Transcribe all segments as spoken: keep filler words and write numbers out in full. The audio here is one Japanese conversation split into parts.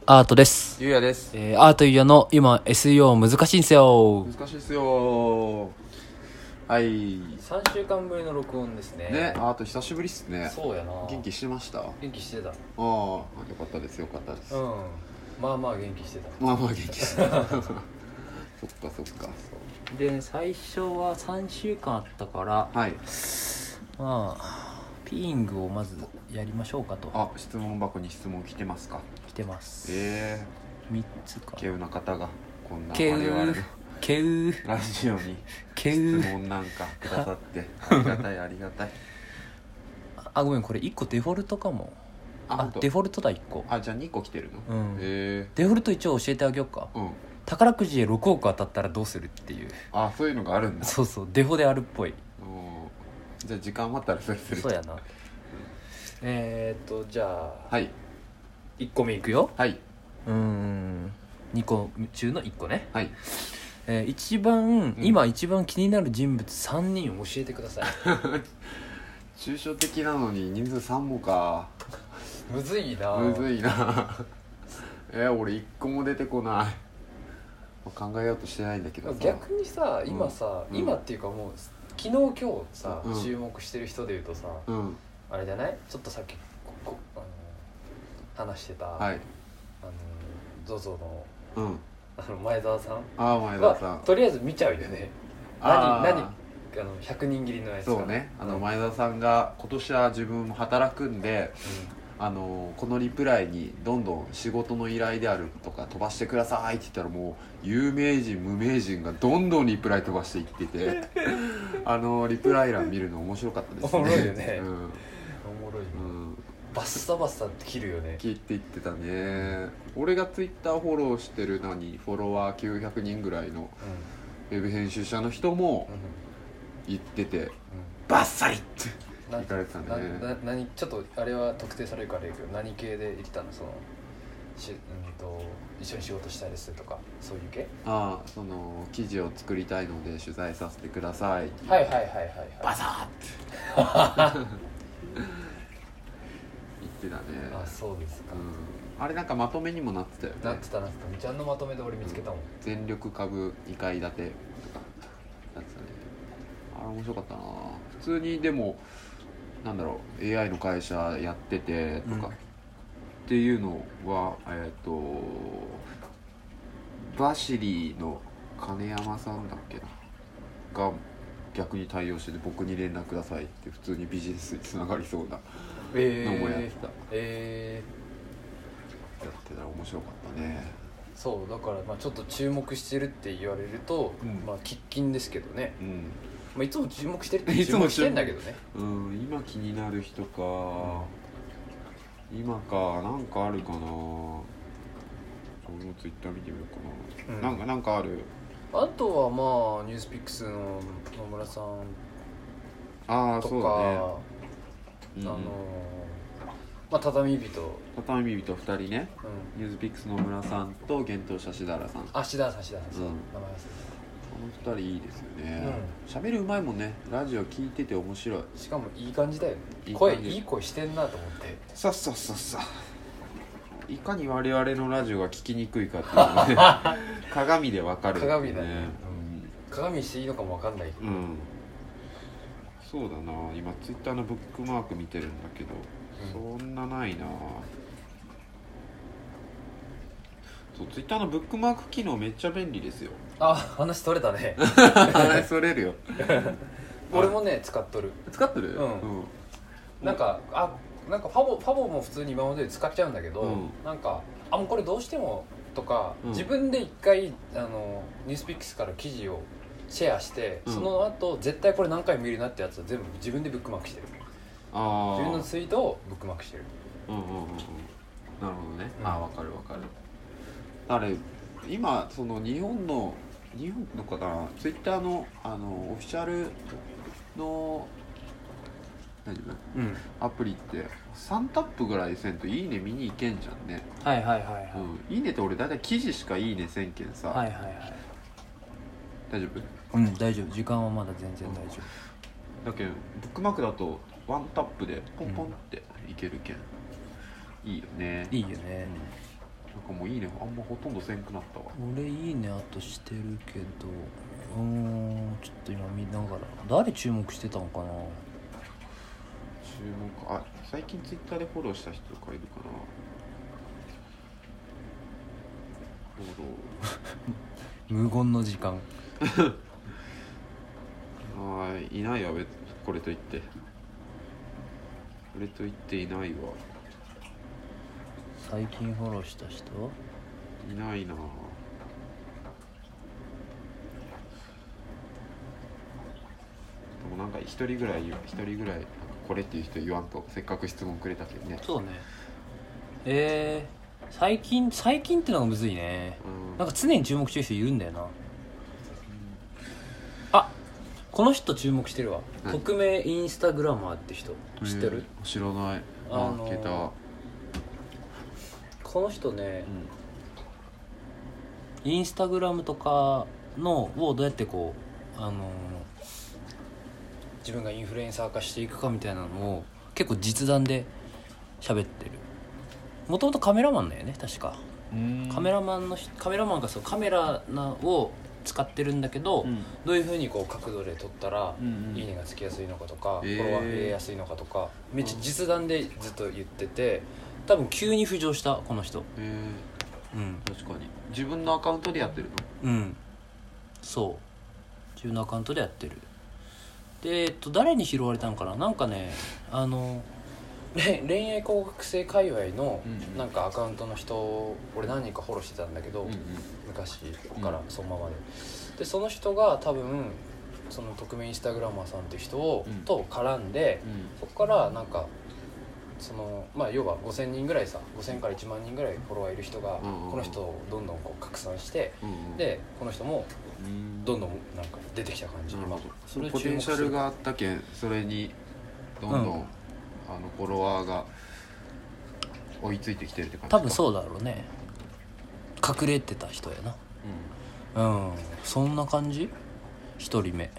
アートです。 ゆうやです。 えー、アートゆうやの今 エスイーオー 難しいんすよ。 難しいっすよ。はい。 さんしゅうかんぶりの録音ですね。 ね、アート久しぶりっすね。 そうやな。 元気してました？ 元気してた。あああ、よかったですよかったです。 うん。まあまあ元気してた。 まあまあ元気してた。そっかそっか。 で最初はさんしゅうかんあったから、 はい。 まあピーイングをまずやりましょうかと。 あ、質問箱に質問来てますか？ 来てます。 ええー、みっつか。 稀有な方がこんな稀有我々の稀有ラジオに稀有質問なんかくださってありがたいありがたい。 あ、ごめん、これいっこデフォルトかも。あ、 あデフォルトだいっこ。 あ、じゃあにこ来てるの？ うん。 えデフォルト一応教えてあげようか。 ー、うん。 宝くじでろくおく当たったらどうするっていう。 あ、そういうのがあるんだ。 そうそう、デフォであるっぽい。 うん。じゃあ時間余ったらそれする。 そうやな。えーっとじゃあ、 はい。 いっこめいくよ。 はいうーんにこ中のいっこね。 はい。 えー、一番、うん、今一番気になる人物さんにんを教えてください。 抽象的なのに人数さんもか。 むずいな。 むずいな。えー、俺いっこも出てこない。考えようとしてないんだけどさ。 逆にさ今さ、うん、今っていうかもう昨日今日さ、 うん、 注目してる人でいうとさ、 うん、 あれじゃない？ちょっとさっきここあの話してた、 はい、 あの ゾゾ の、 うん、 あの前澤さん。 ああ前澤さん。 とりあえず見ちゃうよね。何何あのひゃくにん切りのやつか。 そうね。あの前澤さんが今年は自分も働くんで。うんあのこのリプライにどんどん仕事の依頼であるとか飛ばしてくださいって言ったらもう有名人無名人がどんどんリプライ飛ばしていっててあのリプライ欄見るの面白かったですね。 おもろいよね、うん、おもろい、 うん、 バッサバッサって切るよね。 切っていってたね。俺がツイッターフォローしてる何フォロワーきゅうひゃくにんぐらいのウェブ編集者の人も言ってて、うんうん、バッサリって行かれてたね。 なな何ちょっとあれは特定されるからいいけど何系で言ってたの？そのし、うん、と一緒に仕事したいですとかそういう系？ ああ、その記事を作りたいので取材させてください。 はいはいはいはい、はい、 バサーって言ってたね。 あ、そうですか、 うん、あれなんかまとめにもなってたよね。 なってたなってた。みちゃんのまとめで俺見つけたもん、うん、 全力株にかい建てとかなってたね。あれ面白かったな。普通にでもなんだろう エーアイ の会社やっててとか、うん、っていうのはえっ、ー、とバシリの金山さんだっけなが逆に対応してて僕に連絡くださいって普通にビジネスにつながりそうなのもやってた。 えー、 やってたら面白かったね。 そうだからまあちょっと注目してるって言われると、うん、まあ喫緊ですけどね、うん、まあ、いつも注目してるって注目してんだけどね。 うん、今気になる人か、うん、今かなんかあるかな。俺もツイッター見てみようかな、うん、なんかなんかある。あとはまあニュースピックスの野村さんああそうだね、 うん、あのまあ畳人畳人ふたりね、うん、ニュースピックス野村さんと幻冬舎しだらさん。 あ、しだらさんしだらさん、うん、名前忘れた。このふたりいいですよね。喋、うん、るうまいもんね。ラジオ聞いてて面白い。 しかもいい感じだよね。いい声いい声してんなと思って。 さっさっさっさ。いかに我々のラジオが聞きにくいかっていうのね鏡でわかる、ね。 鏡だね、うん。鏡していいのかもわかんないけど。うん。 そうだな。今ツイッターのブックマーク見てるんだけど、うん、そんなないな。そう、ツイッターのブックマーク機能めっちゃ便利ですよ。 あ、話取れたね。 話取れるよ。 俺もね使っとる。 使っとる？うん。うん、 なんかあなんかファボファボも普通に今までで使っちゃうんだけど、うん、なんかあもうこれどうしてもとか、うん、自分で一回あのニュースピックスから記事をシェアして、うん、その後絶対これ何回も見るなってやつは全部自分でブックマークしてる。あ自分のツイートをブックマークしてる。うんうんうんうん。 なるほどね。うん、あ分かる分かる。あれ今その日本の日本のかなツイッターのあのオフィシャルの大丈夫、うん、アプリってさんタップぐらいせんといいね見に行けんじゃんね。 はいはいはいはい、 うん、いいねって俺大体記事しかいいねせんけんさ。 はいはいはい大丈夫？ うん大丈夫。時間はまだ全然大丈夫、うん、だけどブックマークだとワンタップでポンポンっていけるけん、うん、いいよね。 いいよね、 かもういいねあんまほとんどせんくなったわ。 俺いいねあとしてるけど、うーんちょっと今見ながら誰注目してたのかな。 注目あ最近ツイッターでフォローした人とかいるかな。フォロ無言の時間ーあーいないわ別これといってこれといっていないわ。 最近フォローした人いないな。でもなんか一人ぐらい一人ぐらいこれっていう人言わんとせっかく質問くれたけどね。 そうね。えー、最近最近ってのがむずいね、うん、なんか常に注目してる人いるんだよな、うん、あこの人注目してるわ。匿名インスタグラマーって人知ってる？ 知らない。あ、のー、聞いた。 この人ね、うん、インスタグラムとかのをどうやってこう、あのー、自分がインフルエンサー化していくかみたいなのを結構実弾で喋ってる。もともとカメラマンだよね確か。カメラマンのカメラマンがそうカメラを使ってるんだけど、うん、どういう風にこう角度で撮ったら、うんうん、いいねがつきやすいのかとか、えー、フォロワー増えやすいのかとかめっちゃ実弾でずっと言ってて、多分急に浮上したこの人。 えー、うん、確かに自分のアカウントでやってるの？うんそう自分のアカウントでやってる。で、えっと、誰に拾われたのかな。なんかねあの恋愛工学生界隈のなんかアカウントの人俺何人かフォローしてたんだけど、うんうん、昔からそのままで、でその人が多分その匿名インスタグラマーさんっていう人を、うん、と絡んで、うん、そこからなんかそのまあ要はごせんにんぐらいさごせんからいちまんにんぐらいフォロワーいる人がこの人をどんどんこう拡散して、うんうん、でこの人もどんどんなんか出てきた感じ。今それポテンシャルがあったけんそれにどんどん、うんあのフォロワーが追いついてきてるって感じ。 多分そうだろうね。隠れてた人やな。うん、うん、そんな感じ。一人目、うん、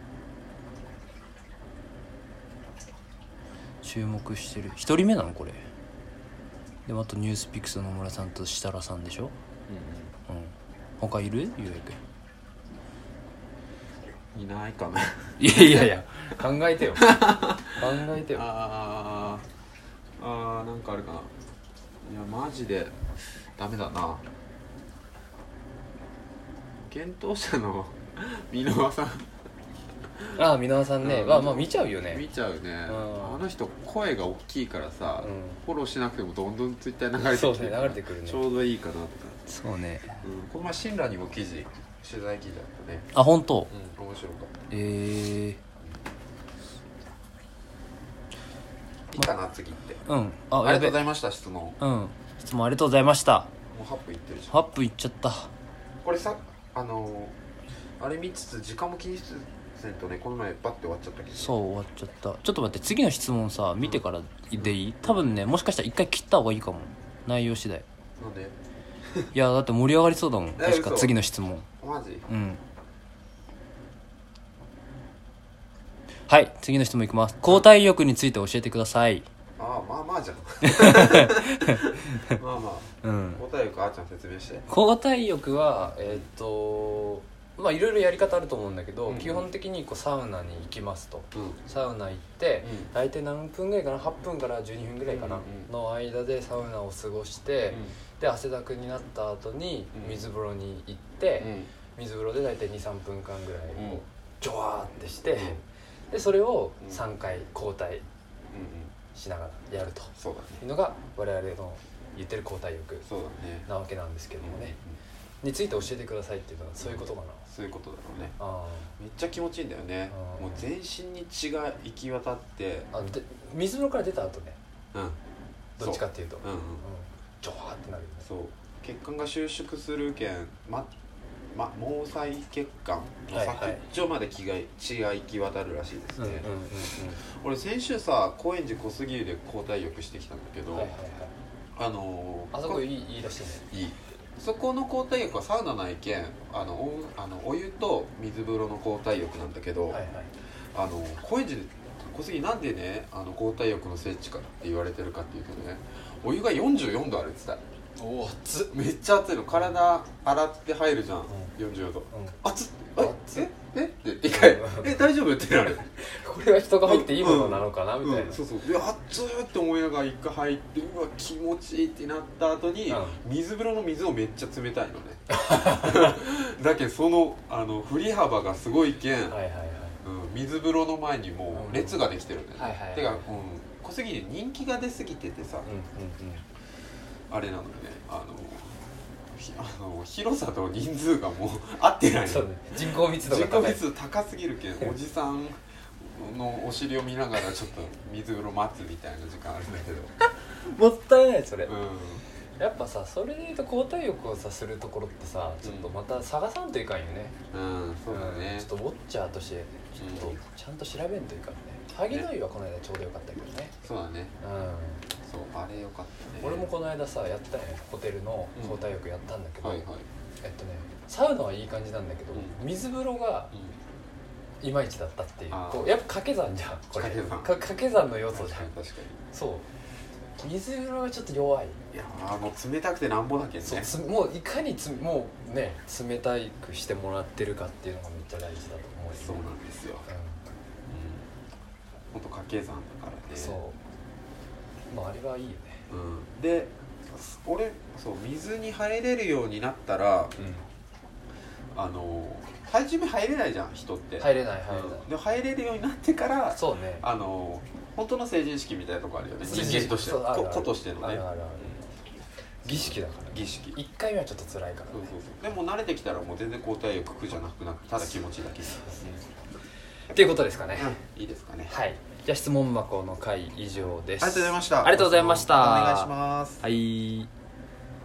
注目してる一人目なのこれ。でもあとニュースピックスの野村さんと設楽さんでしょ。うん、うん、他いる？ゆうやくんいないかな。 いやいやいや考えてよ考えてよ。 あーあーなんかあるかな。いやマジでダメだな。検討者の箕輪さんああ箕輪さんね、まあまあ見ちゃうよね。 見ちゃうね、うん、あの人声が大きいからさ、うん、フォローしなくてもどんどんツイッターに流れてくる。 そうね流れてくるね。 ちょうどいいかなとか。 そうね、 うん、この前シンラにも記事取材記事だったね。 あ本当。 うん面白かった。 えーいいかな次って。 うんあ, ありがとうございました質問。 うん質問ありがとうございました。 もうはっぷんいってるじゃん。 はっぷんいっちゃった。 これさあのー、あれ見つつ時間も気にしつせんとねこの前バッて終わっちゃったけど、ね、 そう終わっちゃった。ちょっと待って次の質問さ見てからでいい、うん、多分ねもしかしたら一回切った方がいいかも内容次第。 なんでいやだって盛り上がりそうだもん確か次の質問。 マジ？ うんはい次の質問いきます。交代浴について教えてください。 ああまあまあじゃんまあまあ、うん、交代浴あーちゃん説明して。 交代浴はえー、っとまあいろいろやり方あると思うんだけど、うんうん、基本的にこうサウナに行きますと、うん、サウナ行って、うん、大体何分ぐらいかなはっぷんからじゅうにふんぐらいかな、うんうん、の間でサウナを過ごして、うん、で汗だくになった後に水風呂に行って、うん、水風呂で大体 にさんぷんかんぐらいこうジョワーってして、うん、でそれをさんかい交代しながらやるというのが我々の言ってる交代浴なわけなんですけどもね、について教えてくださいっていうのはそういうことかな。 そういうことだろうね。あめっちゃ気持ちいいんだよね。もう全身に血が行き渡ってあで水風呂から出た後ね、 うん、 どっちかっていうとうんうん、 ジョワーってなるよね。 そう血管が収縮するけん、まま、毛細血管の先っちょまで血が、血が行き渡るらしいですね、うんうんうんうん、俺先週さ高円寺小杉湯で交代浴してきたんだけど、はいはいはい、あのー、あそこいいいいらしいね。 いいそこの交代浴はサウナないけんあの お, あのお湯と水風呂の交代浴なんだけど、はいはい、あの高円寺小杉なんでねあの交代浴の聖地かって言われてるかっていうとねお湯がよんじゅうよんどあるって言ってた。 おお熱っめっちゃ熱いの。体洗って入るじゃん、 うん、 よんじゅうど、 うん、 熱っ熱っええって一回うんえ大丈夫ってなるこれは人が入っていいものなのかな、 うんみたいな、 うん、そうそういや熱いって思いながら一回入ってうわ気持ちいいってなった後に、うん、水風呂の水もめっちゃ冷たいのねだけどそのあの振り幅がすごいけん、はいはいはい、うん、水風呂の前にもう列ができてるんだよね、はいはいはい、てか、うん、小杉に人気が出すぎててさ、うんうんうん、あれなのよね、あのあの広さと人数がもう合ってないの。 そうね、人口密度が高い、人口密度高すぎるけんおじさんのお尻を見ながらちょっと水風呂待つみたいな時間あるんだけどもったいないそれ、うん、やっぱさそれでいうと交代浴をさするところってさちょっとまた探さんといかんよね。 うん、そうだね、 うん、ちょっとウォッチャーとしてちょっとちゃんと調べんといかんね。萩の湯はこの間ちょうどよかったけどね。 そうだね、うんそう、あれよかったね。 俺もこの間さやったね、ホテルの交代浴やったんだけど、うんはいはい、えっとねサウナはいい感じなんだけど、うん、水風呂がいまいちだったっていう、こうやっぱ掛け算じゃんこれ、掛け算の要素じゃん。確かに確かにそう水風呂がちょっと弱い。 いやーもう冷たくてなんぼだけどね。 そうもういかにつもうね冷たくしてもらってるかっていうのがめっちゃ大事だと思うよね。 そうなんですよ、うんうん、ほんと掛け算だからね。そうまああれはいいよね、 うん、で俺そう水に入れるようになったら、うん、あの初め入れないじゃん人って。 入れない入れない、 うん、で入れるようになってからそうね、 あの本当の成人式みたいなとこあるよね、人間として子としてのね、あるあるある、 儀式だから、 儀式いっかいめはちょっと辛いから、ね、 そうそうそう。でも慣れてきたらもう全然交代浴苦じゃなくなって、ただ気持ちいいだけです、 うん、っていうことですかね、 うん、いいですかね。 はい、じゃあ質問箱の回以上です。 ありがとうございました。 ありがとうございました。 お願いします。 はい。